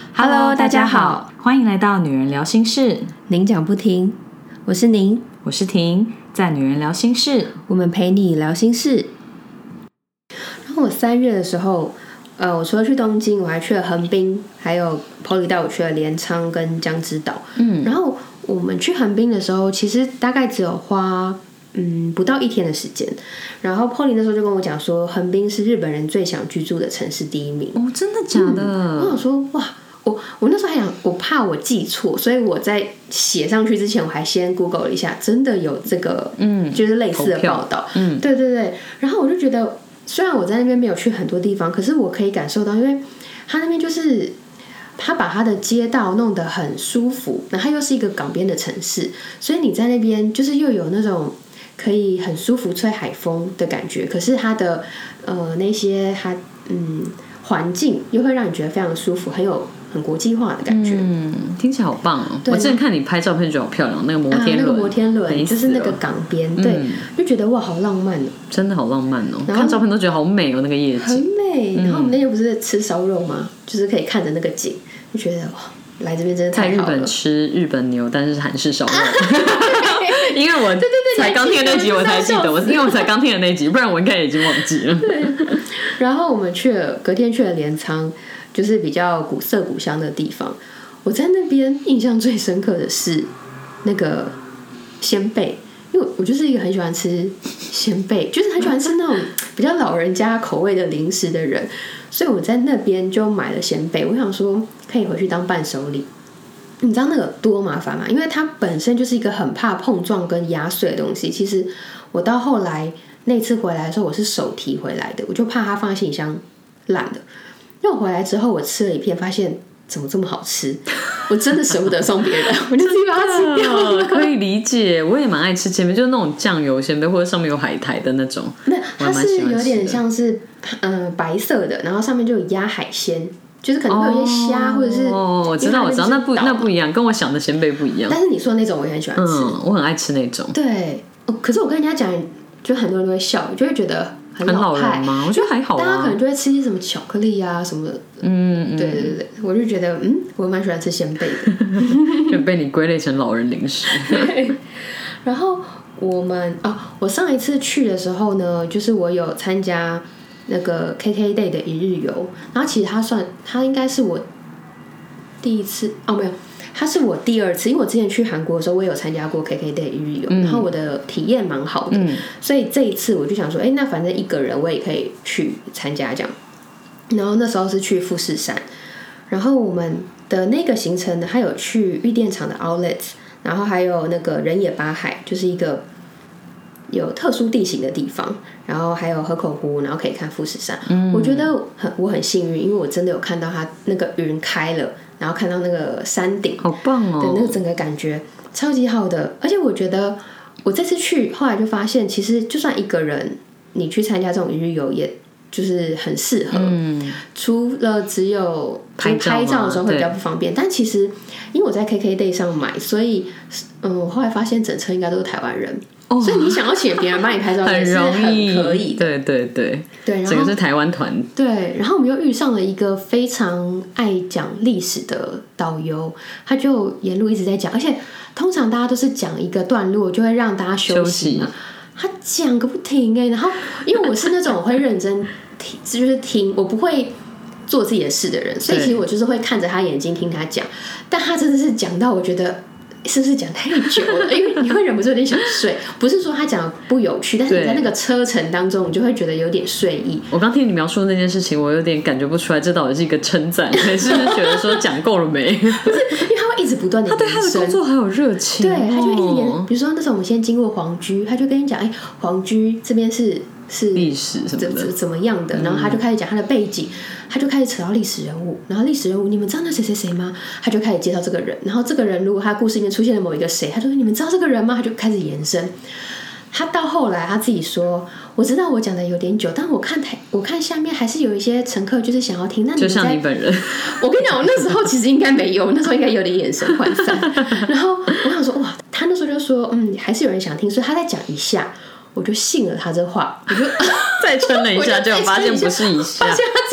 Hello， 大家好，欢迎来到女人聊心事， 您讲不停，我是您， 我是婷，在女人聊心事， 我们陪你聊心事。然后我3月的时候，我除了去东京，我还去了横滨，还有 Polly 带我去了镰仓跟江之岛。然后我们去横滨的时候，其实大概只有花不到1天的时间。然后 Polly 那时候就跟我讲说，横滨是日本人最想居住的城市第1名。 哦，真的假的？ 我想说，哇！我那时候还想，我怕我记错，所以我在写上去之前，我还先 Google 了一下，真的有这个，就是类似的报道，对对对。然后我就觉得，虽然我在那边没有去很多地方，可是我可以感受到，因为他那边就是他把他的街道弄得很舒服，然后它又是一个港边的城市，所以你在那边就是又有那种可以很舒服吹海风的感觉，可是它的那些它环境又会让你觉得非常舒服，很国际化的感觉。 听起来好棒哦！我之前看你拍照片觉得好漂亮，那个摩天轮， 那个摩天轮就是那个港边，对，就觉得哇，好浪漫哦， 真的好浪漫哦！看照片都觉得好美哦，那个夜景很美。然后我们那天不是吃烧肉吗？就是可以看着那个景，就觉得哇，来这边真的太好了。 在日本吃日本牛，但是韩式烧肉。因为我才刚听的那集我才记得，因为我才刚听的那集，不然我应该已经忘记了。 对。然后我们隔天去了镰仓，就是比较古色古香的地方。我在那边印象最深刻的是那个鲜贝，因为我就是一个很喜欢吃鲜贝，就是很喜欢吃那种比较老人家口味的零食的人，所以我在那边就买了鲜贝。我想说可以回去当伴手礼。你知道那个多麻烦吗？因为它本身就是一个很怕碰撞跟压碎的东西。其实我到后来那次回来的时候，我是手提回来的，我就怕它放在行李箱烂的。因为我回来之后，我吃了一片，发现怎么这么好吃，我真的舍不得送别人，我就自己把它吃掉了。 可以理解，我也蛮爱吃鲜贝，就是那种酱油鲜贝或者上面有海苔的那种。 它是有点像是白色的，然后上面就有压海鲜。就是可能会有一些虾，或者是我知道，那不一样，跟我想的鲜贝不一样。 但是你说的那种我也很喜欢吃， 我很爱吃那种。 对，可是我跟人家讲，就很多人都会笑，就会觉得很老派吗？我觉得还好啊。 大家可能就会吃一些什么巧克力啊什么的。对对对，我就觉得我蛮喜欢吃鲜贝的， 就被你归类成老人零食。 对。然后我上一次去的时候呢，就是我有参加那个 KKday 的1日游，然后其实它应该是我第一次没有，它是我第2次，因为我之前去韩国的时候我也有参加过 KKday 1日游，然后我的体验蛮好的，所以这一次我就想说，那反正一个人我也可以去参加这样。然后那时候是去富士山，然后我们的那个行程呢，还有去玉电厂的 Outlet， 然后还有那个人野八海，就是一个有特殊地形的地方，然后还有河口湖，然后可以看富士山。我觉得我很幸运，因为我真的有看到它那个云开了，然后看到那个山顶， 好棒哦！ 的那个整个感觉超级好的。而且我觉得我这次去后来就发现，其实就算一个人你去参加这种1日游，也就是很适合。除了只有拍照的时候会比较不方便，但其实因为我在 KKday 上买，所以我后来发现整车应该都是台湾人。所以你想要请别人帮你拍照也是很可以的。 对， 然后整个是台湾团。 对，然后我们又遇上了一个非常爱讲历史的导游，他就沿路一直在讲，而且通常大家都是讲一个段落就会让大家休息嘛，他讲个不停然后因为我是那种我会认真听，就是听，我不会做自己的事的人，所以其实我就是会看着他眼睛听他讲，但他真的是讲到我觉得是不是讲太久了？因为你会忍不住有点想睡。不是说他讲的不有趣，但是你在那个车程当中，你就会觉得有点睡意。 我刚听你描述那件事情，我有点感觉不出来，这到底是一个称赞，还是觉得说讲够了没？ 不是，因为他会一直不断的， 他对他的工作还有热情， 对，他就一直演。比如说那时候我们先经过皇居，他就跟你讲，皇居这边是历史什么的怎么样的，然后他就开始讲他的背景，他就开始扯到历史人物，然后历史人物你们知道那谁谁谁吗？他就开始介绍这个人，然后这个人如果他故事里面出现了某一个谁，他就说你们知道这个人吗？他就开始延伸。他到后来他自己说，我知道我讲的有点久，但我看下面还是有一些乘客就是想要听，那你就像你本人， 我跟你讲，我那时候其实应该没有，那时候应该有点眼神涣散。然后我想说，哇，他那时候就说，还是有人想听，所以他再讲一下，我就信了他这话，我就再撑了一下，就发现不是一下， 发现他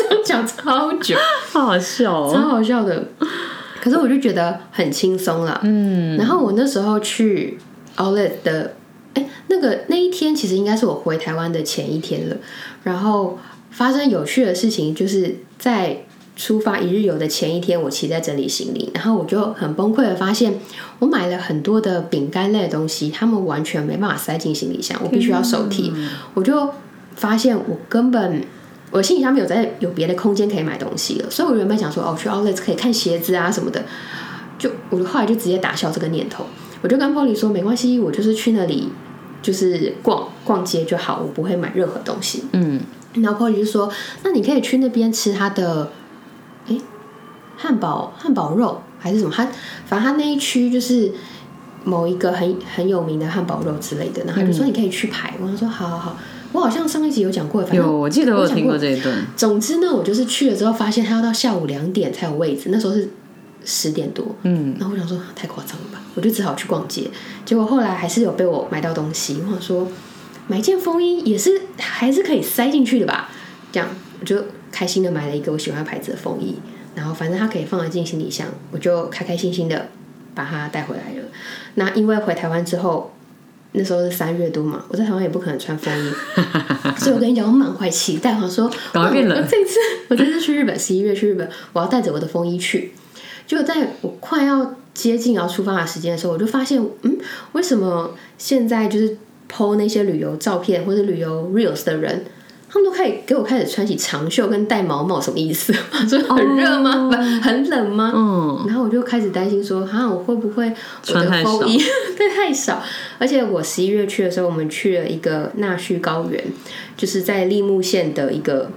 讲超久， 好好笑哦， 超好笑的。可是我就觉得很轻松啦。然后我那时候去 Outlet 的，那一天其实应该是我回台湾的前一天了。然后发生有趣的事情，就是在出发一日游的前一天，我其实在整理行李，然后我就很崩溃的发现，我买了很多的饼干类的东西，他们完全没办法塞进行李箱，我必须要手提。我就发现我行李箱没有别的空间可以买东西了，所以我原本想说，去 Outlet 可以看鞋子啊什么的，我后来就直接打消这个念头，我就跟 Polly 说，没关系，我就是去那里就是逛街就好，我不会买任何东西。然后 Polly 就说，那你可以去那边吃他的汉堡肉还是什么，反正他那一区就是某一个很有名的汉堡肉之类的，然后他就说你可以去排。我说好，我好像上一集有讲过，反正我记得我有听过这一段。 总之呢，我就是去了之后发现他要到下午2点才有位置，那时候是10点多。然后我想说太夸张了吧，我就只好去逛街。结果后来还是有被我买到东西，我想说买件风衣还是可以塞进去的吧，这样我就开心的买了一个我喜欢的牌子的风衣。然后反正它可以放得进行李箱，我就开开心心的把它带回来了。那因为回台湾之后，那时候是3月多嘛，我在台湾也不可能穿风衣，所以我跟你讲，我满怀期待，我说赶快变冷。 我这次去日本，11月去日本，我要带着我的风衣去。结果在我快要接近要出发的时间的时候，我就发现，为什么现在就是 po 那些旅游照片或者旅游 reels 的人，他们都给我开始穿起长袖跟戴毛帽，什么意思？我说很热吗？很冷吗？然后我就开始担心说，我会不会我的风衣太少？而且我11月去的时候，我们去了一个纳须高原，就是在立木县的一个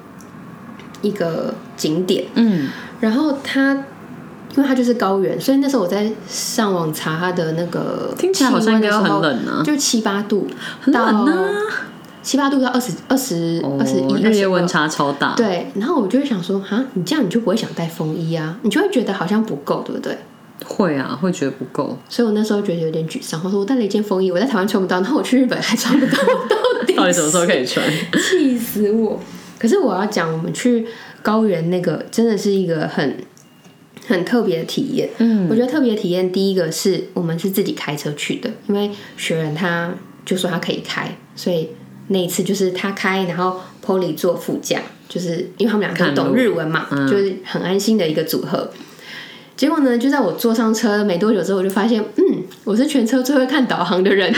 景点。然后因为它就是高原，所以那时候我在上网查它的那个听起来好像应该很冷啊， 就7、8度， 很冷啊。 7、8度到21， 日夜温差超大。 对，然后我就会想说，你这样你就不会想带风衣啊，你就会觉得好像不够，对不对？ 会啊，会觉得不够。 所以我那时候觉得有点沮丧，我说我带了一件风衣，我在台湾穿不到，然后我去日本还穿不到， 到底什么时候可以穿？ 气死我！可是我要讲，我们去高原那个真的是一个很特别的体验。我觉得特别的体验，第一个是我们是自己开车去的，因为学人他就说他可以开，所以那一次就是他开，然后 Polly 坐副驾，就是因为他们俩都懂日文嘛，就是很安心的一个组合。结果呢，就在我坐上车没多久之后，我就发现，我是全车最会看导航的人呢。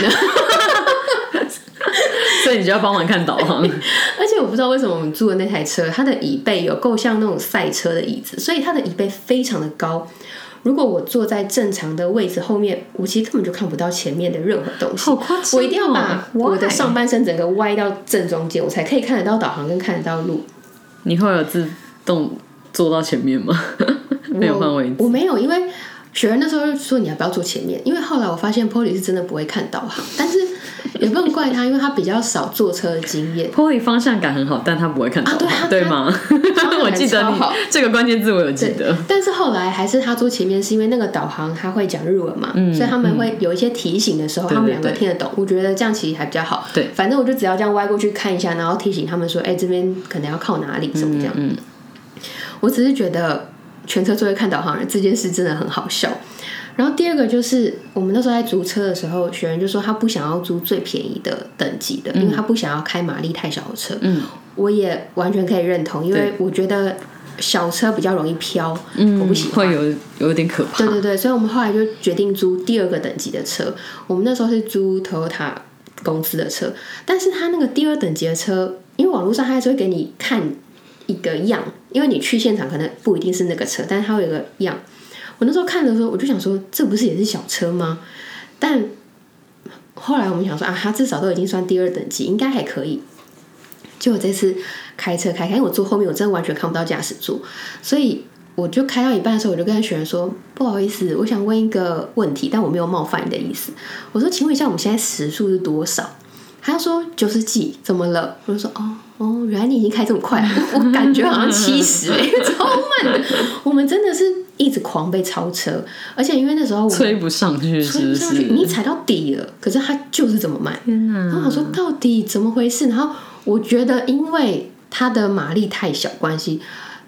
所以你就要帮忙看导航。 而且我不知道为什么我们租的那台车，它的椅背有够像那种赛车的椅子，所以它的椅背非常的高。如果我坐在正常的位置后面，我其实根本就看不到前面的任何东西。 好夸张！ 我一定要把我的上半身整个歪到正中间，我才可以看得到导航跟看得到路。 你会有自动坐到前面吗？没有换位置？ 我没有，因为学人那时候就说你要不要坐前面，因为后来我发现 Polly 是真的不会看导航，但是也不能怪他，因为他比较少坐车的经验。 Polly 方向感很好，但他不会看导航，对吗？我记得你这个关键字我有记得。 但是后来还是他坐前面，是因为那个导航他会讲日文嘛，所以他们会有一些提醒的时候，他们两个听得懂。我觉得这样其实还比较好。 对， 反正我就只要这样歪过去看一下，然后提醒他们说，这边可能要靠哪里什么这样。我只是觉得全车最会看导航人这件事真的很好笑。然后第二个就是我们那时候在租车的时候，学人就说他不想要租最便宜的等级的，因为他不想要开马力太小的车。我也完全可以认同，因为我觉得小车比较容易飘，我不喜欢， 会有点可怕。 对，所以我们后来就决定租第2个等级的车。我们那时候是租 Toyota 公司的车，但是他那个第2等级的车，因为网络上他还是会给你看一个样，因为你去现场可能不一定是那个车，但是它会有个样。我那时候看的时候，我就想说，这不是也是小车吗？但后来我们想说它至少都已经算第2等级，应该还可以。结果这次开车开，因为我坐后面，我真的完全看不到驾驶座，所以我就开到一半的时候，我就跟学员说：“不好意思，我想问一个问题，但我没有冒犯你的意思。我说，请问一下，我们现在时速是多少？”他说90几，怎么了？我就说哦，原来你已经开这么快了，我感觉好像70超慢的。我们真的是一直狂被超车，而且因为那时候我们吹不上去，是不是？ 你踩到底了，可是它就是这么慢。 天哪！ 然后我说到底怎么回事？然后我觉得因为它的马力太小关系，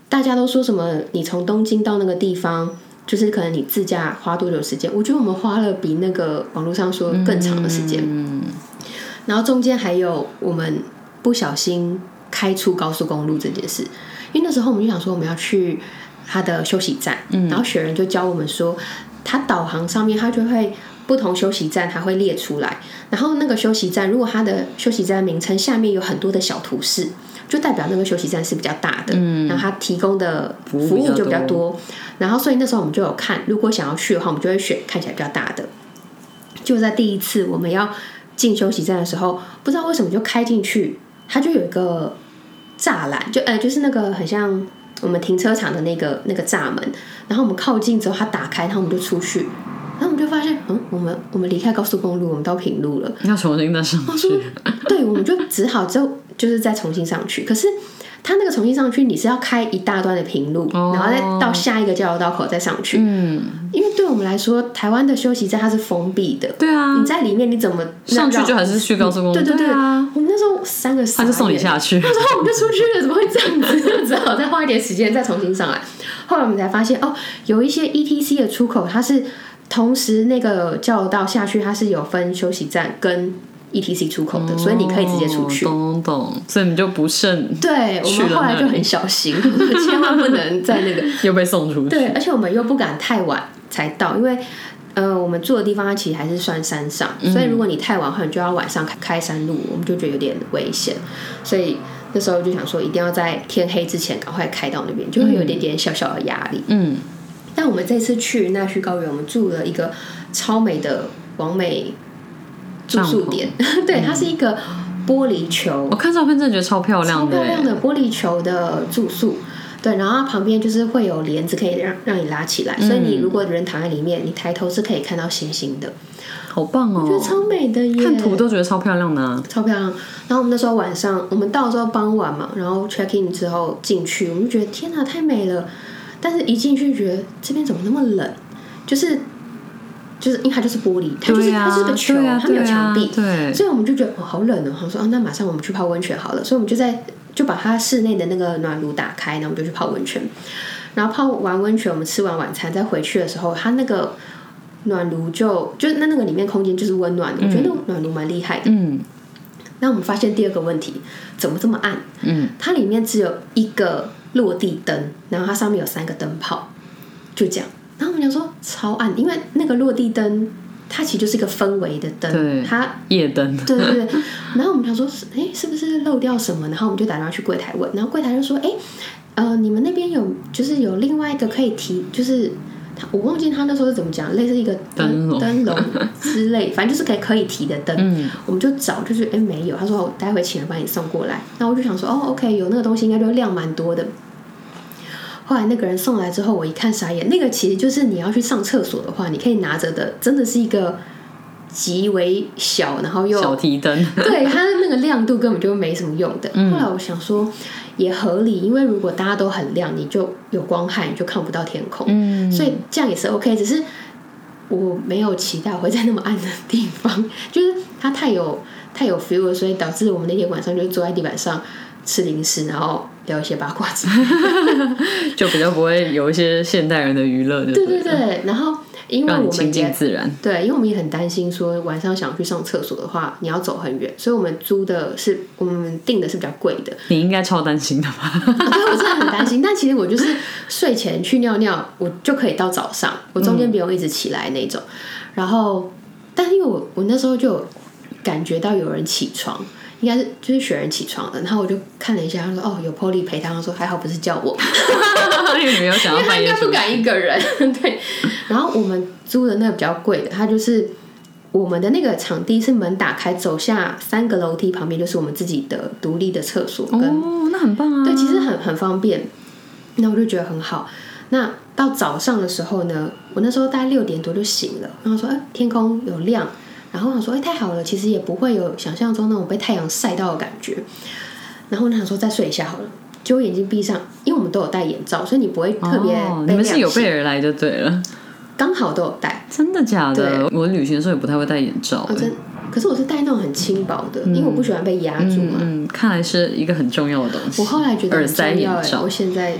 大家都说什么你从东京到那个地方就是可能你自驾花多久时间，我觉得我们花了比那个网络上说更长的时间。然后中间还有我们不小心开出高速公路这件事，因为那时候我们就想说我们要去它的休息站，然后雪人就教我们说它导航上面它就会不同休息站它会列出来，然后那个休息站如果它的休息站名称下面有很多的小图示，就代表那个休息站是比较大的，然后它提供的服务就比较多，然后所以那时候我们就有看，如果想要去的话我们就会选看起来比较大的。就在第一次我们要进休息站的时候，不知道为什么就开进去，它就有一个栅栏，就是那个很像我们停车场的那个栅门，然后我们靠近之后它打开，然后我们就出去，然后我们就发现我们离开高速公路，我们到平路了， 要重新再上去。 对，我们就只好就是再重新上去，可是它那个重新上去你是要开一大段的平路，然后再到下一个交流道口再上去。因为对我们来说台湾的休息站它是封闭的， 对啊， 你在里面你怎么上去就还是去高速公路。 对啊，我们那时候3个傻眼， 他就送你下去， 那时候我们就出去了，怎么会这样子？只好再花一点时间再重新上来。后来我们才发现有一些 ETC 的出口它是同时那个交流道下去它是有分休息站跟ETC 出口的，所以你可以直接出去。 懂，所以你就不慎。 对，我们后来就很小心，千万不能在那个又被送出去。 对，而且我们又不敢太晚才到，因为我们住的地方它其实还是算山上，所以如果你太晚的话，你就要晚上开山路，我们就觉得有点危险，所以那时候就想说一定要在天黑之前赶快开到那边，就会有一点点小小的压力。但我们这次去那须高原，我们住了一个超美的网美住宿点，对，它是一个玻璃球， 我看照片真的觉得超漂亮的， 超漂亮的玻璃球的住宿。对，然后它旁边就是会有帘子可以让你拉起来，所以你如果人躺在里面，你抬头是可以看到星星的， 好棒哦！ 我觉得超美的耶， 看图都觉得超漂亮的啊， 超漂亮。然后我们那时候晚上，我们到的时候傍晚嘛，然后 check in 之后进去，我们就觉得天哪，太美了。但是一进去觉得这边怎么那么冷，就是因为它就是玻璃，它是个球，它没有墙壁，所以我们就觉得好冷哦。我说那马上我们去泡温泉好了，所以我们就把它室内的那个暖炉打开，然后我们就去泡温泉。然后泡完温泉，我们吃完晚餐再回去的时候，它那个暖炉就那个里面空间就是温暖的，我觉得那个暖炉蛮厉害的。那我们发现第二个问题，怎么这么暗？它里面只有一个落地灯，然后它上面有3个灯泡，就这样。然后我们想说超暗，因为那个落地灯它其实就是一个氛围的灯，它夜灯。 对。然后我们想说，是不是漏掉什么？然后我们就打电话去柜台问，然后柜台就说，你们那边有另外一个可以提，就是我忘记他那时候是怎么讲，类似一个灯笼之类，反正就是可以提的灯。我们就找，就是没有。他说我待会请人帮你送过来。然后我就想说OK， 有那个东西应该就量蛮多的。后来那个人送来之后，我一看傻眼，那个其实就是你要去上厕所的话，你可以拿着的，真的是一个极为小，然后又小提灯， 对，它的那个亮度根本就没什么用的。后来我想说也合理，因为如果大家都很亮，你就有光害，你就看不到天空，所以这样也是 OK。只是我没有期待我会在那么暗的地方，就是它太有 feel 了，所以导致我们那天晚上就坐在地板上吃零食，然后聊一些八卦之类的就比较不会有一些现代人的娱乐。 对，然后因为我们亲近自然， 对，因为我们也很担心说晚上想去上厕所的话，你要走很远，所以我们订的是比较贵的。 你应该超担心的吧？ 对，我真的很担心。但其实我就是睡前去尿尿，我就可以到早上，我中间不用一直起来那种。然后，但是因为我那时候就有感觉到有人起床。应该是就是雪人起床了，然后我就看了一下，他说有 Polly 陪他，他说还好不是叫我， 因为你没有想要半夜出，因为他应该不敢一个人。对，然后我们租的那个比较贵的，它就是我们的那个场地是门打开，走下3个楼梯，旁边就是我们自己的独立的厕所。 那很棒啊！ 对，其实很方便。那我就觉得很好。那到早上的时候呢，我那时候大概6点多就醒了，然后说天空有亮。然后我想说太好了，其实也不会有想象中那种被太阳晒到的感觉。然后我想说再睡一下好了，结果眼睛闭上，因为我们都有戴眼罩，所以你不会特别被亮醒。 你们是有备而来就对了， 刚好都有戴。 真的假的？我旅行的时候也不太会戴眼罩。 可是我是戴那种很轻薄的，因为我不喜欢被压住嘛。 看来是一个很重要的东西。 我后来觉得很重要。我现在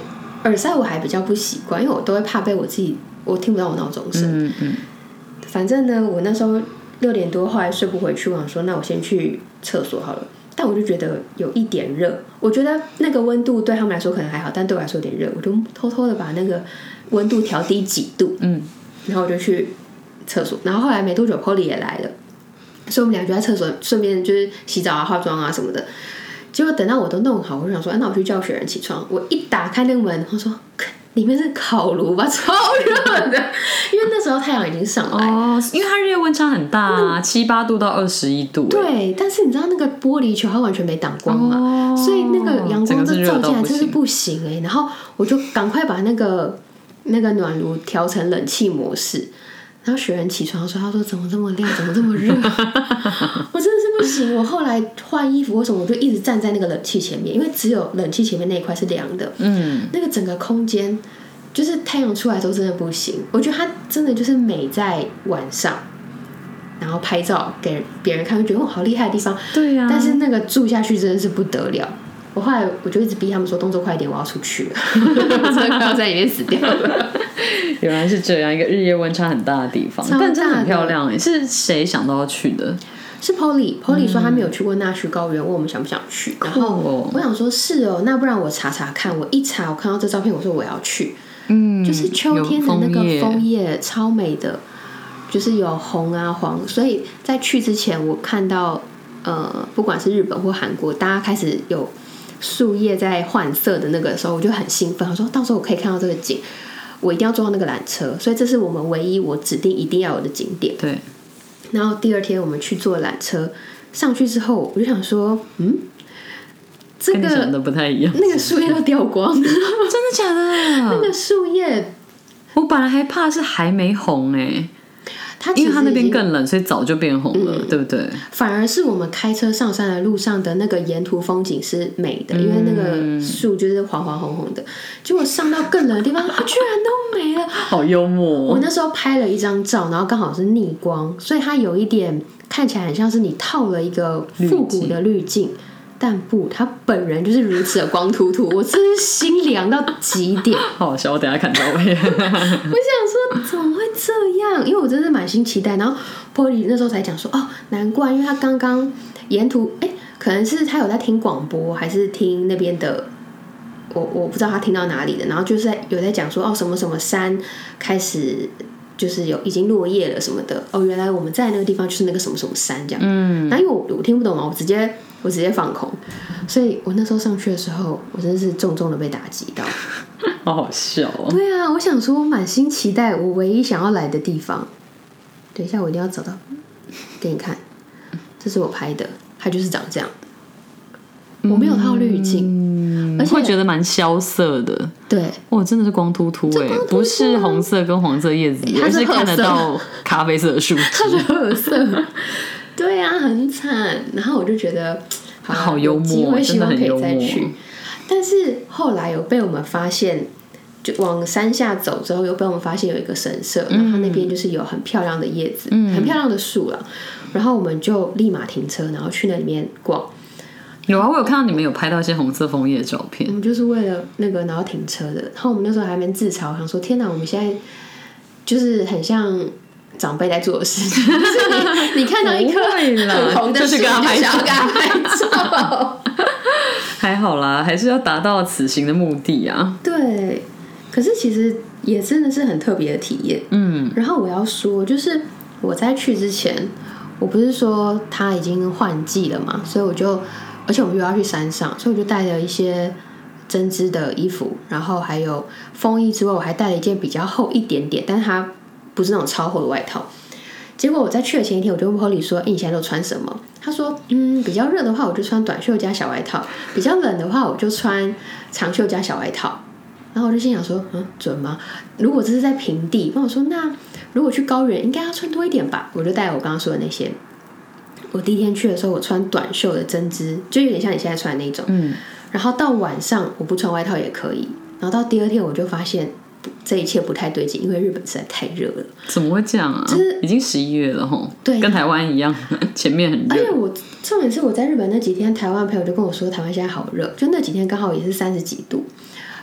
耳塞我还比较不习惯，因为我都会怕被我听不到我闹钟声。反正呢，我那时候6点多，后来睡不回去，我想说那我先去厕所好了。但我就觉得有一点热，我觉得那个温度对他们来说可能还好，但对我来说有点热，我就偷偷的把那个温度调低几度，然后我就去厕所。然后后来没多久 Polly 也来了，所以我们俩就在厕所顺便就是洗澡啊、化妆啊什么的。结果等到我都弄好，我就想说，那我去叫雪人起床。我一打开那个门，我说里面是烤炉吧，超热的，因为那时候太阳已经上来因为它日夜温差很大啊，7、8度到21度。 对，但是你知道那个玻璃球它完全没挡光嘛，所以那个阳光都照进来，真是不行然后我就赶快把那个暖炉调成冷气模式。然后雪人起床的时候，他说：“怎么这么亮？怎么这么热？”我真的是不行。我后来换衣服，为什么我就一直站在那个冷气前面？因为只有冷气前面那一块是凉的。那个整个空间，就是太阳出来的时候真的不行。我觉得它真的就是美在晚上，然后拍照给别人看，就觉得好厉害的地方。 对呀。 但是那个住下去真的是不得了。我后来我就一直逼他们说动作快一点，我要出去了，我真的快要在里面死掉了。 原来是这样一个日夜温差很大的地方，但真的很漂亮是谁想到要去的？ 是 Polly 说他没有去过纳须高原，问我们想不想去。然后我想说是那不然我查查看。我一查，我看到这照片，我说我要去。就是秋天的那个枫叶超美的，就是有红啊黄，所以在去之前我看到不管是日本或韩国，大家开始有树叶在换色的那个时候，我就很兴奋，我说到时候我可以看到这个景，我一定要坐到那个缆车，所以这是我们唯一我指定一定要有的景点。 对。 然后第二天我们去坐缆车上去之后，我就想说这个跟你想的不太一样， 那个树叶都掉光了。真的假的？ 那个树叶我本来还怕是还没红因为它那边更冷，所以早就变红了，对不对？ 反而是我们开车上山的路上的那个沿途风景是美的，因为那个树就是黄黄红红的。结果上到更冷的地方，它居然都没了， 好幽默我那时候拍了一张照，然后刚好是逆光，所以它有一点看起来很像是你套了一个复古的滤镜。但不，他本人就是如此的光秃秃，我真是心凉到极点。 好笑，我等一下看照片。 我想说怎么会这样？因为我真是满心期待。然后 Polly 那时候才讲说，难怪，因为他刚刚沿途，可能是他有在听广播，还是听那边的，我不知道他听到哪里的。然后就是有在讲说，什么什么山开始就是已经落叶了什么的。原来我们在那个地方就是那个什么什么山这样。然后因为我听不懂嘛，我直接放空，所以我那时候上去的时候，我真的是重重的被打击到。 好好笑对啊，我想说满心期待我唯一想要来的地方。等一下我一定要找到给你看，这是我拍的，它就是长这样。我没有套滤镜，而且会觉得蛮萧瑟的。 对， 真的是光秃秃不是红色跟黄色叶子，而是看得到咖啡色的树枝， 它是褐色。对啊，很惨。然后我就觉得好幽默， 机会希望可以再去。但是后来有被我们发现，就往山下走之后，又被我们发现有一个神社，然后那边就是有很漂亮的叶子，很漂亮的树了。然后我们就立马停车，然后去那里面逛。 有啊，我有看到你们有拍到一些红色枫叶的照片。 我们就是为了那个然后停车的。然后我们那时候还没自嘲，想说天哪，我们现在就是很像长辈在做的事情，就是你看到一棵很红的树，就想要跟他拍照。 还好啦，还是要达到此行的目的啊。 对，可是其实也真的是很特别的体验。然后我要说，就是我在去之前，我不是说它已经换季了嘛，所以而且我们又要去山上，所以我就带了一些针织的衣服，然后还有风衣之外，我还带了一件比较厚一点点，但是它不是那种超厚的外套。结果我在去的前一天，我就问 Polly 说：“你现在都穿什么？”他说：“比较热的话，我就穿短袖加小外套；比较冷的话，我就穿长袖加小外套。”然后我就心想说：“准吗？如果这是在平地，那我说那如果去高原，应该要穿多一点吧？”我就带我刚刚说的那些。我第一天去的时候，我穿短袖的针织，就有点像你现在穿的那种。然后到晚上我不穿外套也可以。然后到第二天我就发现这一切不太对劲，因为日本实在太热了。 怎么会这样啊？就是已经11月了齁， 对， 跟台湾一样，前面很热。 而且重点是我在日本那几天，台湾朋友就跟我说，台湾现在好热，就那几天刚好也是30几度。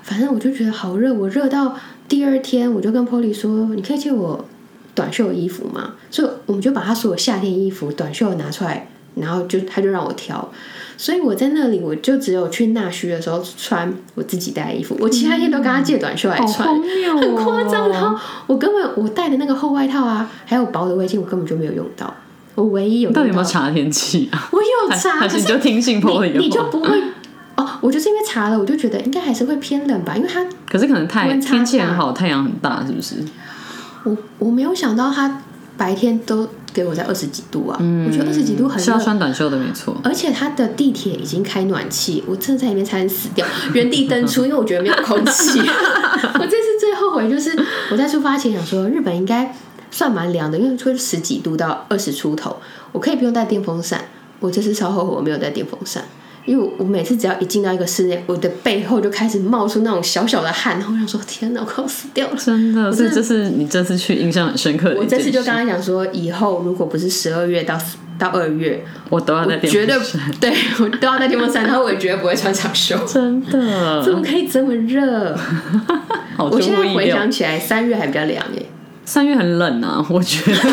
反正我就觉得好热，我热到第二天我就跟 Polly 说，你可以借我短袖的衣服吗？所以我们就把他所有夏天衣服短袖拿出来，然后他就让我挑。所以我在那里，我就只有去纳须的时候穿我自己带的衣服，我其他天都跟他借短袖来穿，很夸张。然后我带的那个厚外套啊，还有薄的围巾，我根本就没有用到。我唯一有用到， 到底有没有查天气啊？ 我有查， 还是你就听信 Polly 的话， 你就不会哦。我就是因为查了，我就觉得应该还是会偏冷吧，因为它可是可能天气很好，太阳很大，是不是？ 我没有想到它白天都给我在20几度啊，我觉得20几度很热， 是要穿短袖的没错。 而且它的地铁已经开暖气，我真的在里面差点死掉，原地登出，因为我觉得没有空气。我这次最后悔就是我在出发前想说，日本应该算蛮凉的，因为会10几度到20出头，我可以不用带电风扇。我这次超后悔我没有带电风扇，因为我每次只要一进到一个室内，我的背后就开始冒出那种小小的汗，然后我想说天哪，我快要死掉了。 真的，所以这是你这次去印象很深刻的一件事。 我这次就刚才讲说，以后如果不是12月到2月， 我都要带电风扇， 对，我都要带电风扇，然后我也绝对不会穿长袖。 真的， 怎么可以这么热？我现在回想起来，3月还比较凉耶。 3月很冷啊，我觉得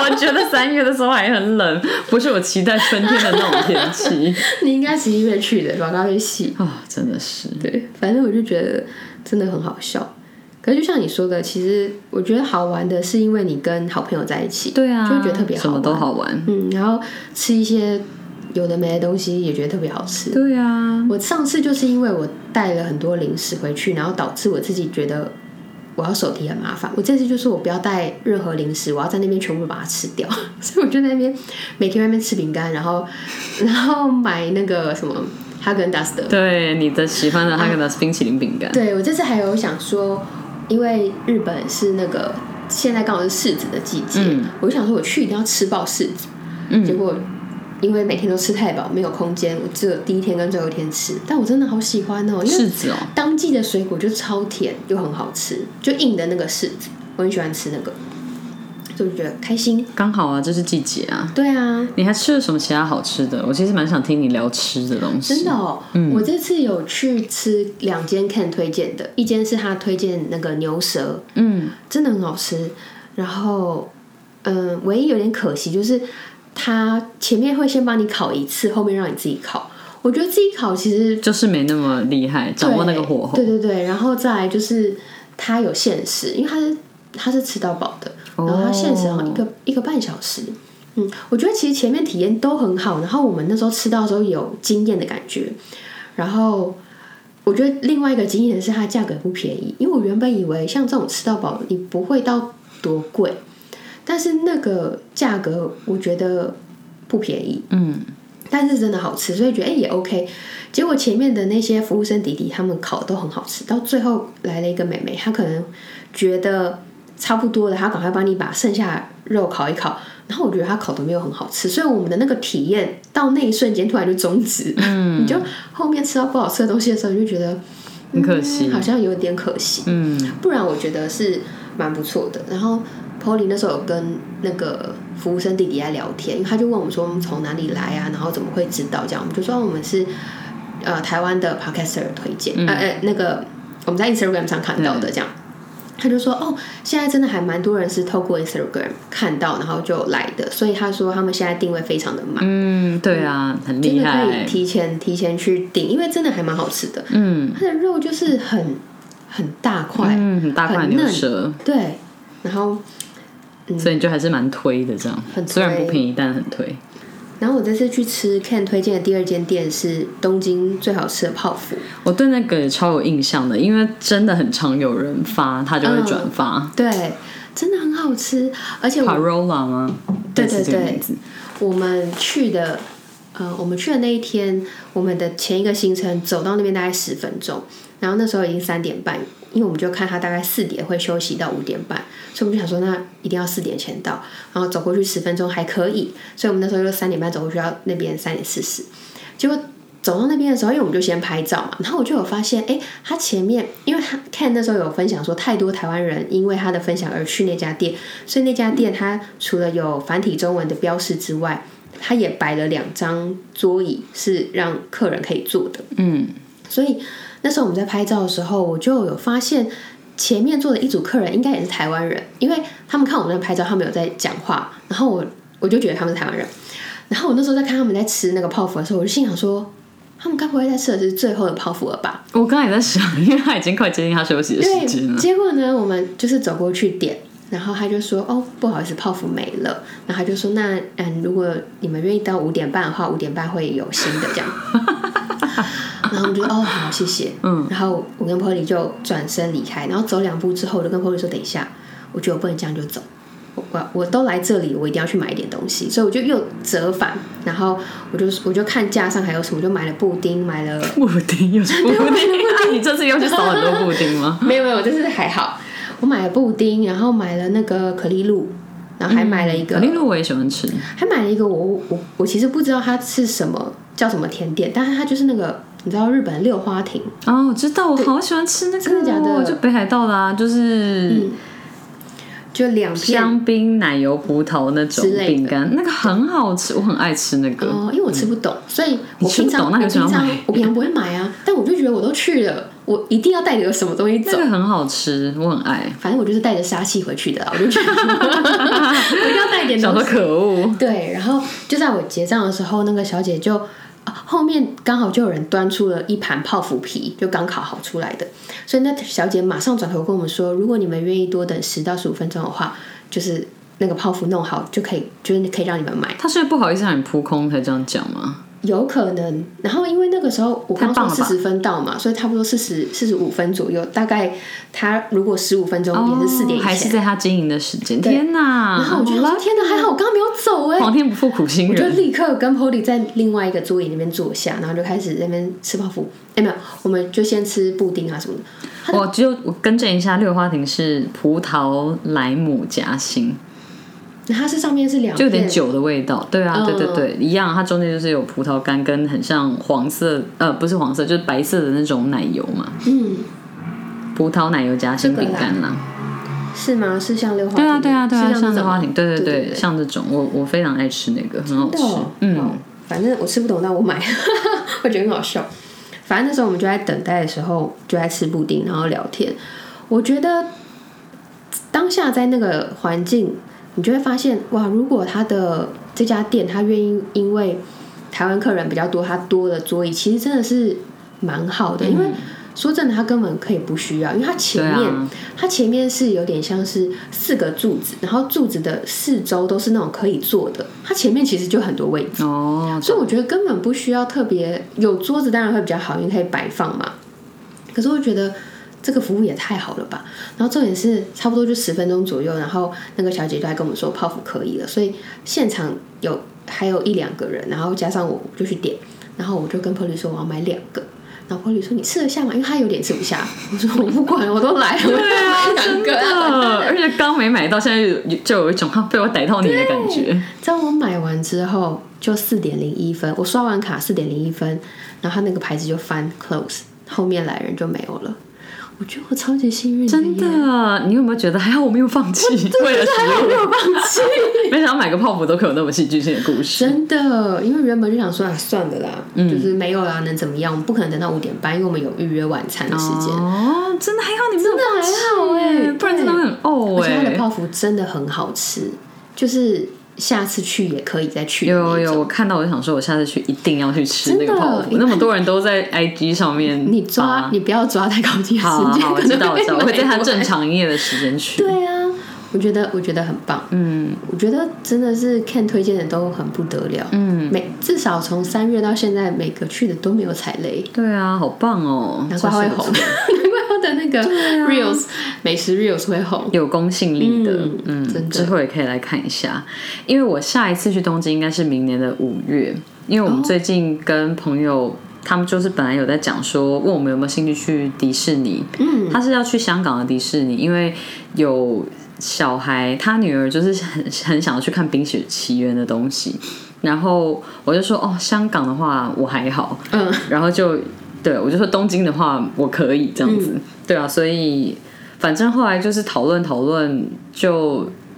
3月的时候还很冷，不是我期待春天的那种天气。 你应该11月去的，把它被洗啊，真的是。 对，反正我就觉得真的很好笑。可是就像你说的，其实我觉得好玩的是因为你跟好朋友在一起， 对啊， 就会觉得特别好玩， 什么都好玩。 然后吃一些有的没的东西也觉得特别好吃。 对啊， 我上次就是因为我带了很多零食回去，然后导致我自己觉得我要手提很麻烦。我这次就是我不要带任何零食，我要在那边全部把它吃掉。所以我就在那边每天外面吃饼干，然后买那个什么哈根达斯的， 对，你的喜欢的哈根达斯冰淇淋饼干。 对，我这次还有想说，因为日本是那个现在刚好是柿子的季节，我就想说我去一定要吃爆柿子。结果因为每天都吃太饱，没有空间，我只有第一天跟最后一天吃。但我真的好喜欢哦，因为柿子哦， 当季的水果就超甜又很好吃，就硬的那个柿子，我很喜欢吃那个，所以我觉得开心。 刚好啊，这是季节啊。 对啊， 你还吃了什么其他好吃的？我其实蛮想听你聊吃的东西。 真的哦，我这次有去吃2间 Ken 推荐的，一间是他推荐那个牛舌，真的很好吃。然后，唯一有点可惜就是他前面会先帮你烤一次，后面让你自己烤。我觉得自己烤其实就是没那么厉害，掌握那个火候。 对对对，然后再来就是它有限时，因为它是吃到饱的，然后它限时好像一个半小时。我觉得其实前面体验都很好，然后我们那时候吃到的时候有惊艳的感觉。然后我觉得另外一个惊艳的是它价格不便宜，因为我原本以为像这种吃到饱你不会到多贵，但是那个价格我觉得不便宜。但是真的好吃，所以觉得也 OK。结果前面的那些服务生弟弟他们烤的都很好吃，到最后来了一个妹妹，她可能觉得差不多了，她赶快帮你把剩下肉烤一烤，然后我觉得她烤的没有很好吃，所以我们的那个体验到那一瞬间突然就终止。你就后面吃到不好吃的东西的时候，你就觉得很可惜， 好像有点可惜。不然我觉得是蛮不错的。然后 Polly 那时候有跟那个服务生弟弟在聊天，他就问我们说我们从哪里来啊，然后怎么会知道这样，我们就说我们是台湾的 podcaster 推荐，那个我们在 Instagram 上看到的这样。他就说现在真的还蛮多人是透过 Instagram 看到然后就来的，所以他说他们现在定位非常的满。 对啊，很厉害， 真的可以提前去订，因为真的还蛮好吃的。它的肉就是很大块， 很大块牛舌， 对，然后所以你就还是蛮推的这样，虽然不便宜但很推。 然后我这次去吃 Ken 推荐的第2间店是东京最好吃的泡芙， 我对那个也超有印象的，因为真的很常有人发，他就会转发。 对，真的很好吃，而且 Parola 吗？ 对对对，我们去的那一天，我们的前一个行程走到那边大概10分钟，然后那时候已经3点半，因为我们就看他大概4点会休息到5点半，所以我们就想说那一定要4点前到，然后走过去10分钟还可以，所以我们那时候就3点半走过去到那边3点40，结果走到那边的时候，因为我们就先拍照嘛，然后我就有发现，他前面，因为他看那时候有分享说，太多台湾人因为他的分享而去那家店，所以那家店他除了有繁体中文的标示之外，他也摆了2张桌椅是让客人可以坐的。所以那时候我们在拍照的时候，我就有发现前面坐的一组客人应该也是台湾人，因为他们看我们在拍照，他们有在讲话，然后我就觉得他们是台湾人。然后我那时候在看他们在吃那个泡芙的时候，我就心想说，他们该不会在吃的是最后的泡芙了吧？ 我刚才也在想，因为他已经快接近他休息的时间了。 结果呢，我们就是走过去点，然后他就说：“哦，不好意思，泡芙没了。”然后他就说：“那如果你们愿意到5点半的话，5点半会有新的这样。”然后我们就哦好谢谢，然后我跟 Polly 就转身离开，然后走2步之后，我就跟 Polly 说：“等一下，我觉得我不能这样就走。”我都来这里，我一定要去买一点东西，所以我就又折返，然后我就看架上还有什么，就买了布丁，买了布丁又是布丁你这次又去扫很多布丁吗？ 没有，这次还好，我买了布丁，然后买了那个可丽露，然后还买了一个可丽露，我也喜欢吃， 还买了一个我其实不知道它是什么叫什么甜点，但是它就是那个你知道日本的六花亭哦，我知道，我好喜欢吃那个， 真的假的？ 就北海道啦，就是就2片香槟奶油葡萄那种饼干，那个很好吃，我很爱吃那个。 因为我吃不懂，所以我平常不会买啊。但我就觉得我都去了，我一定要带着什么东西走。 那个很好吃，我很爱。 反正我就是带着杀气回去的啦，我就觉得我一定要带一点东西。 想说可恶。 对，然后就在我结账的时候，那个小姐就。后面刚好就有人端出了一盘泡芙皮，就刚烤好出来的，所以那小姐马上转头跟我们说，如果你们愿意多等10到15分钟的话，就是那个泡芙弄好就可以，就是可以让你们买。 他是不好意思让你扑空才这样讲吗？ 有可能，然后因为那个时候我刚说40分到嘛，所以差不多45分左右，大概他如果15分钟也是4点以前， 还是在他经营的时间。天哪！ 然后我就说天哪，还好我刚刚没有走皇天不负苦心人， 我就立刻跟 Polly 在另外一个桌椅那边坐下，然后就开始在那边吃泡芙。没有，我们就先吃布丁啊什么的。 我更正一下，六花亭是葡萄莱姆夹心。 它是上面是2片， 就有点酒的味道，对啊，对，一样，它中间就是有葡萄干跟很像黄色，不是黄色，就是白色的那种奶油嘛，葡萄奶油夹心饼干啦， 是吗？是像六花亭？ 对啊，像六花亭，对，像这种，我非常爱吃那个，很好吃， 反正我吃不懂，但我买，我觉得很好笑。反正那时候我们就在等待的时候，就在吃布丁，然后聊天。我觉得当下在那个环境。你就会发现哇，如果他的这家店他愿意因为台湾客人比较多，他多的桌椅其实真的是蛮好的，因为说真的他根本可以不需要，因为他前面是有点像是4个柱子，然后柱子的4周都是那种可以坐的，他前面其实就很多位置所以我觉得根本不需要特别有桌子，当然会比较好，因为可以摆放嘛。可是我觉得这个服务也太好了吧，然后重点是差不多就10分钟左右，然后那个小姐就来跟我们说泡芙可以了，所以现场还有1-2个人，然后加上我就去点，然后我就跟 Polly 说我要买2个，然后 Polly 说你吃得下吗？因为他有点吃不下，我说我不管，我都来了， 对啊，真的，而且刚没买到，现在就有一种被我逮到你的感觉。 在我买完之后就4点01分，我刷完卡4点01分，然后他那个牌子就翻 close， 后面来人就没有了。我觉得我超级幸运的， 真的。你有没有觉得还好我没有放弃？为了还好我没有放弃。 没想到买个泡芙都可以有那么戏剧性的故事。 真的，因为原本就想说算了啦，就是没有啦，能怎么样？我们不可能等到5点半，因为我们有预约晚餐的时间。 真的还好，你没有放弃， 真的还好不然真的会很而且它的泡芙真的很好吃，就是下次去也可以再去。 有，我看到我就想说，我下次去一定要去吃那个泡芙。那么多人都在 IG 上面， 你不要抓太靠近的时间。 好，我知道，我会在它正常营业的时间去。 对啊，我觉得很棒。我觉得真的是 Ken 推荐的都很不得了。至少从3月到现在，每个去的都没有踩雷。 对啊，好棒哦， 难怪会红。的那个 reels、美食 reels 会红， 有公信力的，之后也可以来看一下。因为我下一次去东京应该是明年的5月，因为我们最近跟朋友他们就是本来有在讲说，问我们有没有兴趣去迪士尼。他是要去香港的迪士尼，因为有小孩，他女儿就是很想要去看《冰雪奇缘》的东西。然后我就说香港的话我还好，然后对，我就说东京的话我可以这样子，对啊，所以反正后来就是讨论，就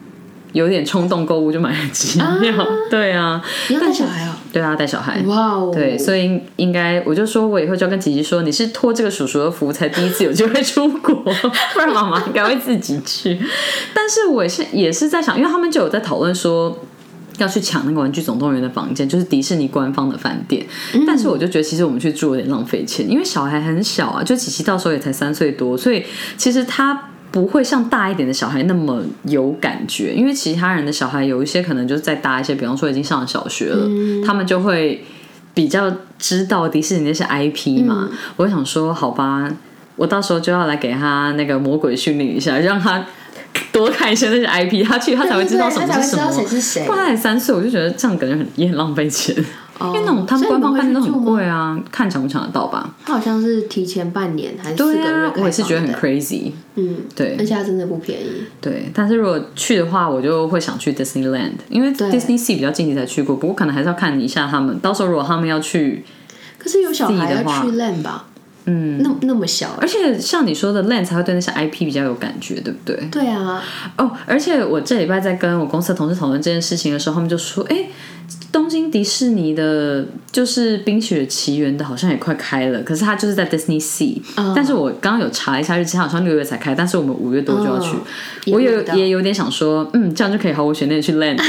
有点冲动购物就买了机票，对啊， 你要带小孩哦？ 对啊，带小孩， 哇哦， 对，所以应该我就说我以后就要跟吉吉说，你是托这个叔叔的福才第一次有机会出国，不然妈妈应该会自己去。但是我也是在想，因为他们就有在讨论说要去抢那个玩具总动员的房间，就是迪士尼官方的饭店，但是我就觉得其实我们去住有点浪费钱，因为小孩很小啊，就琪琪到时候也才3岁多，所以其实他不会像大一点的小孩那么有感觉，因为其他人的小孩有一些可能就是再大一些，比方说已经上了小学了，他们就会比较知道迪士尼那些 IP 嘛。我想说好吧，我到时候就要来给他那个魔鬼训练一下，让他多看一些那些 IP， 他才会知道什么是什么， 谁是谁。 不然他才3岁，我就觉得这样感觉也很浪费钱。因为那种他们官方饭店都很贵啊，看抢不抢得到吧？ 他好像是提前半年还是4个月开放的， 我也是觉得很 crazy。对， 而且它真的不便宜。 对，但是如果去的话，我就会想去 Disneyland， 因为 Disney Sea 比较近期才去过，不过可能还是要看一下他们。到时候如果他们要去， 可是有小孩要去 Land 吧？那么小， 而且像你说的 Land 才会对那些 IP 比较有感觉，对不对？ 对啊。 而且我这礼拜在跟我公司的同事讨论这件事情的时候，他们就说，东京迪士尼的就是冰雪奇缘的好像也快开了，可是它就是在 Disney Sea，但是我刚刚有查一下日期，好像6月才开，但是我们5月多就要去，我也有点想说，这样就可以毫无悬念去 Land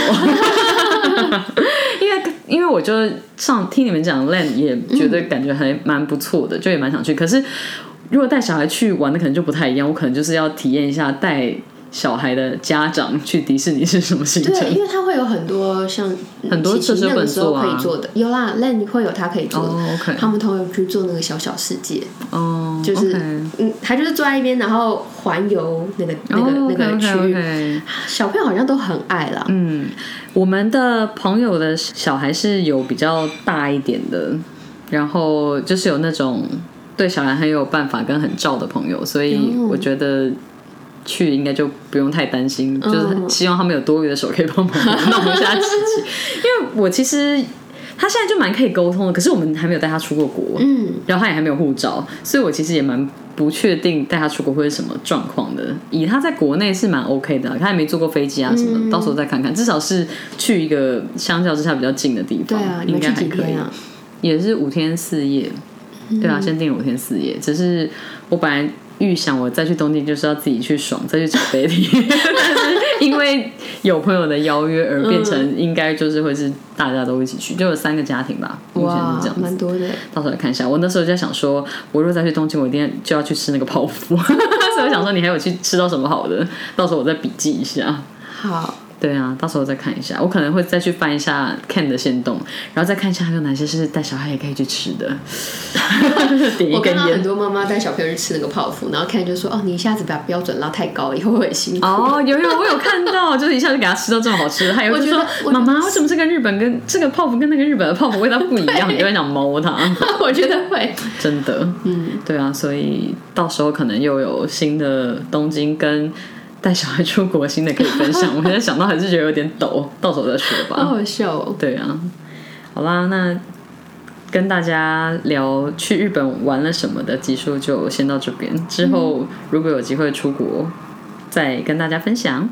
因为我就听你们讲 Land 也觉得感觉还蛮不错的，就也蛮想去。可是如果带小孩去玩的可能就不太一样，我可能就是要体验一下带小孩的家长去迪士尼是什么行程。 对，因为它会有很多像很多设施本做可以做的，有啦 Land 会有它可以做的。 okay. 他们都有去做那个小小世界，就是他就是坐在一边，然后环游那个区域。小朋友好像都很爱啦。 我们的朋友的小孩是有比较大一点的，然后就是有那种对小孩很有办法跟很照的朋友，所以我觉得去应该就不用太担心，就是希望他们有多余的手可以帮忙弄一下自己。因为我其实他现在就蛮可以沟通的，可是我们还没有带他出过国，然后他也还没有护照，所以我其实也蛮不确定带他出国会是什么状况的。以他在国内是蛮 OK 的，他也没坐过飞机啊什么，到时候再看看，至少是去一个相较之下比较近的地方， 对啊， 应该还可以。也是5天4夜，对啊，先订了5天4夜，只是我本来预想我再去东京就是要自己去爽，再去找 Betty 但是因为有朋友的邀约而变成应该就是会是大家都一起去，就有3个家庭吧，目前是这样子， 蛮多的。 到时候看一下。我那时候就在想说，我如果再去东京，我一定就要去吃那个泡芙所以我想说你还有去吃到什么好的，到时候我再笔记一下。 好， 对啊，到时候再看一下，我可能会再去翻一下 Ken 的限动，然后再看一下还有哪些是带小孩也可以去吃的。点一根烟。 我看到很多妈妈带小朋友去吃那个泡芙，然后 Ken 就说：“哦，你一下子把标准拉太高，以后会很辛苦。” 有我有看到，就是一下就给他吃到这么好吃的，还有就说：“妈妈，为什么这个日本跟这个泡芙跟那个日本的泡芙味道不一样？”你就会想猫它。 我觉得会， 真的，对啊，所以到时候可能又有新的东京跟带小孩出国新的可以分享。我现在想到还是觉得有点抖，到时候再说吧。 好好笑哦。 对啊，好啦，那跟大家聊去日本玩了什么的集数就先到这边，之后如果有机会出国再跟大家分享。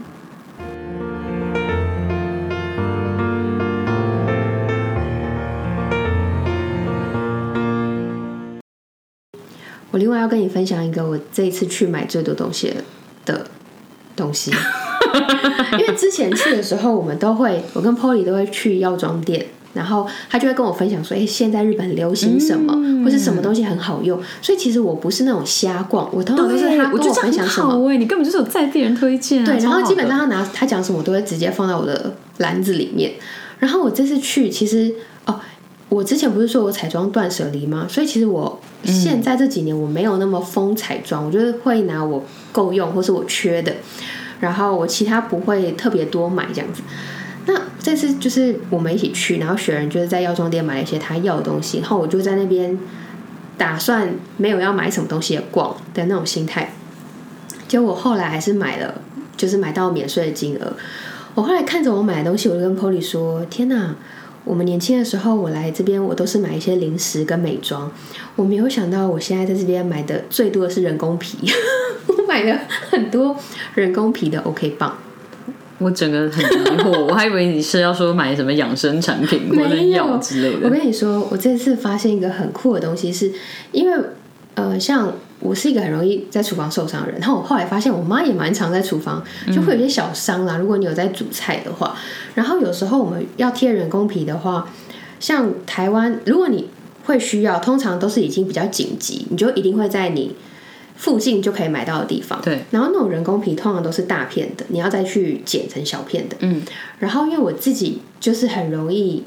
我另外要跟你分享一个我这一次去买最多东西的东西因为之前去的时候我跟 Polly 都会去药妆店，然后他就会跟我分享说现在日本流行什么或是什么东西很好用，所以其实我不是那种瞎逛，我通常都是他跟我分享什么， 你根本就是有在地人推荐对，然后基本上他讲什么我都会直接放到我的篮子里面。然后我这次去其实我之前不是说我彩妆断舍离吗？所以其实我现在这几年我没有那么疯彩妆，我就是会拿我够用或是我缺的，然后我其他不会特别多买这样子。那这次就是我们一起去，然后雪人就是在药妆店买了一些他要的东西，然后我就在那边打算没有要买什么东西的逛的那种心态，结果我后来还是买了，就是买到免税的金额。我后来看着我买的东西，我就跟 Polly 说：“天哪！我们年轻的时候，我来这边我都是买一些零食跟美妆，我没有想到我现在在这边买的最多的是人工皮我买了很多人工皮的 OK 棒， 我整个很疑惑，我还以为你是要说买什么养生产品或者药之类的。 我跟你说，我这次发现一个很酷的东西是，因为像我是一个很容易在厨房受伤的人，然后我后来发现我妈也蛮常在厨房就会有一些小伤啦，如果你有在煮菜的话，然后有时候我们要贴人工皮的话，像台湾如果你会需要，通常都是已经比较紧急，你就一定会在你附近就可以买到的地方。 对， 然后那种人工皮通常都是大片的，你要再去剪成小片的。然后因为我自己就是很容易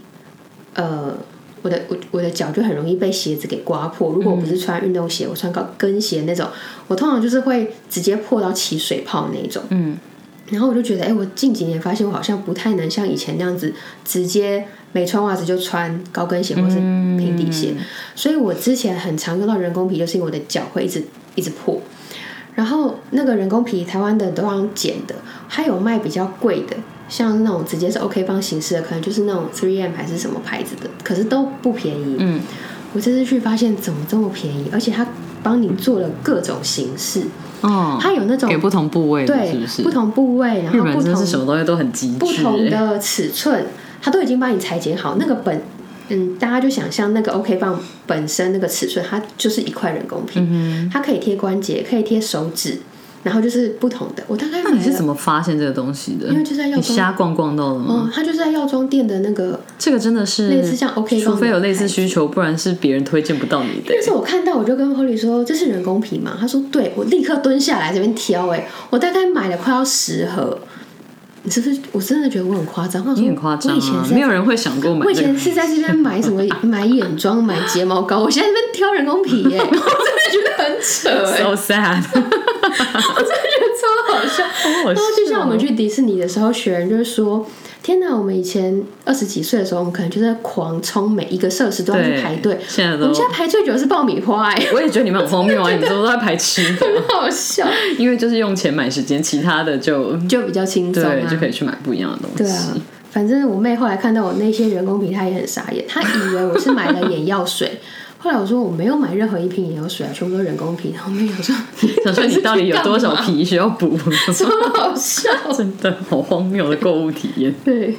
我的脚就很容易被鞋子给刮破，如果我不是穿运动鞋，我穿高跟鞋那种，我通常就是会直接破到起水泡那种。然后我就觉得我近几年发现我好像不太能像以前那样子直接没穿袜子就穿高跟鞋或是平底鞋，所以我之前很常用到人工皮，就是因为我的脚会一直破。然后那个人工皮台湾的都要剪的，还有卖比较贵的，像那种直接是 OK 方形式的，可能就是那种 3M 还是什么牌子的，可是都不便宜。我这次去发现怎么这么便宜，而且它帮你做了各种形式。它有那种给不同部位的， 对， 是不是？ 不同部位，然后日本真是什么东西都很极致， 不同的尺寸，它都已经帮你裁剪好。那个大家就想象那个 OK 棒本身那个尺寸，它就是一块人工皮，它可以贴关节，可以贴手指，然后就是不同的。我大概那你是怎么发现这个东西的？ 因为就在药妆， 你瞎逛到了吗？ 它就是在药妆店的那个， 这个真的是类似像 OK 棒， 除非有类似需求，不然是别人推荐不到你的。 但是我看到，我就跟 Polly 说：“这是人工皮吗？”他说：“对。”我立刻蹲下来这边挑，我大概买了快要10盒。你是不是？我真的觉得我很夸张。 你很夸张啊！没有人会想过买。 我以前是在这边买什么买眼妆、买睫毛膏，我现在在这边挑人工皮耶！我真的觉得很扯 ，so sad。 我真的觉得超好笑。然后就像我们去迪士尼的时候，学人就是说。天哪！我们以前20几岁的时候，我们可能就在狂冲每一个设施都要去排队。我们现在排最久的是爆米花我也觉得你们很荒谬啊！你们都在排吃的， 很好笑。 因为就是用钱买时间，其他的就比较轻松， 对，就可以去买不一样的东西。 对啊，反正我妹后来看到我那些人工皮，她也很傻眼，她以为我是买了眼药水。后来我说我没有买任何一瓶眼药水全部都人工皮。然后妹想说你到底有多少皮需要补？ 超好笑， 真的好荒谬的购物体验。 对，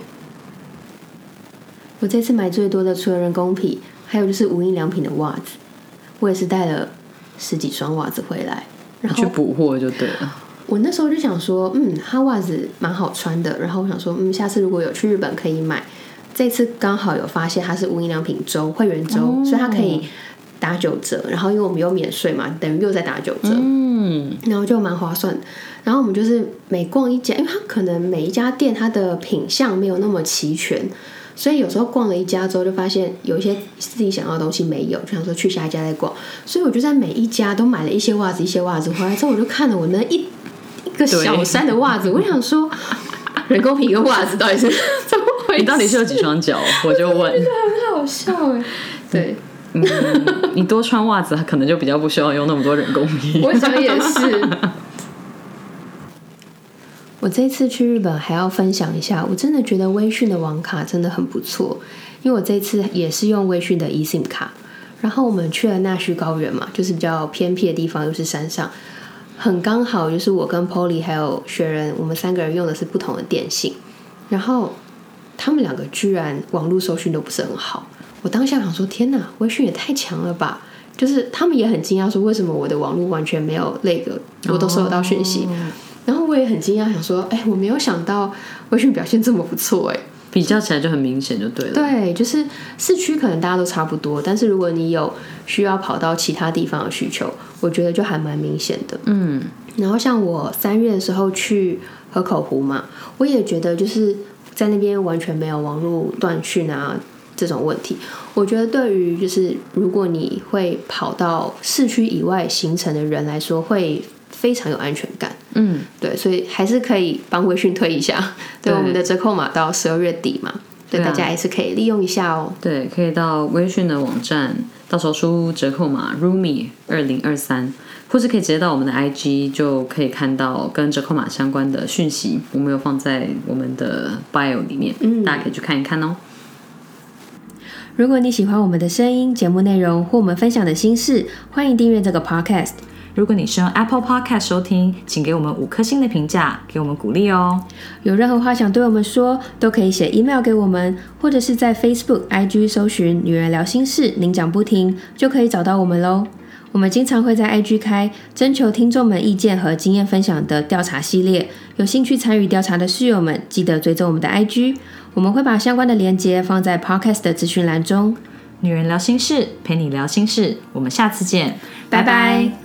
我这次买最多的除了人工皮，还有就是无印良品的袜子，我也是带了10几双袜子回来，然后去补货就对了。 我那时候就想说，它袜子蛮好穿的，然后我想说，下次如果有去日本可以买。这次刚好有发现它是无印良品周会员周，所以它可以打9折，然后因为我们有免税嘛，等于又在打9折，然后就蛮划算的。然后我们就是每逛一家，因为它可能每一家店它的品项没有那么齐全，所以有时候逛了一家之后就发现有一些自己想要的东西没有，就想说去下一家再逛，所以我就在每一家都买了一些袜子回来之后，我就看了我那一个小山的袜子，我想说人工皮跟袜子到底是怎么回事？ 你到底是有几双脚？我就问。 我觉得很好笑对。 你多穿袜子可能就比较不需要用那么多人工皮。 我想也是。我这次去日本还要分享一下，我真的觉得微讯的网卡真的很不错，因为我这次也是用微讯的 eSIM 卡，然后我们去了那须高原嘛，就是比较偏僻的地方，又是山上，很刚好就是我跟 Polly 还有学人，我们3个人用的是不同的电信，然后他们2个居然网络收讯都不是很好。我当下想说天哪，微讯也太强了吧，就是他们也很惊讶说为什么我的网络完全没有那个我都收得到讯息，然后我也很惊讶想说我没有想到微讯表现这么不错比较起来就很明显就对了。 对，就是市区可能大家都差不多，但是如果你有需要跑到其他地方的需求，我觉得就还蛮明显的。然后像我3月的时候去河口湖嘛，我也觉得就是在那边完全没有网络断讯啊这种问题。我觉得对于就是如果你会跑到市区以外行程的人来说，会非常有安全感。对，所以还是可以帮微讯推一下。对，我们的折扣码到12月底嘛，对，大家也是可以利用一下哦。 对，可以到微讯的网站，到时候输入折扣码 RUMI2023，或是可以直接到我们的 IG 就可以看到跟折扣码相关的讯息，我们有放在我们的 bio 里面，大家可以去看一看哦。 如果你喜欢我们的声音、节目内容或我们分享的心事，欢迎订阅这个 podcast。 如果你是用 Apple Podcast 收听，请给我们5颗星的评价，给我们鼓励哦。 有任何话想对我们说，都可以写 email 给我们，或者是在 Facebook、IG 搜寻女人聊心事，您讲不停，就可以找到我们咯。我们经常会在 IG 开征求听众们意见和经验分享的调查系列，有兴趣参与调查的室友们，记得追踪我们的 IG， 我们会把相关的连结放在 Podcast 的资讯栏中。 女人聊心事，陪你聊心事，我们下次见， 拜拜。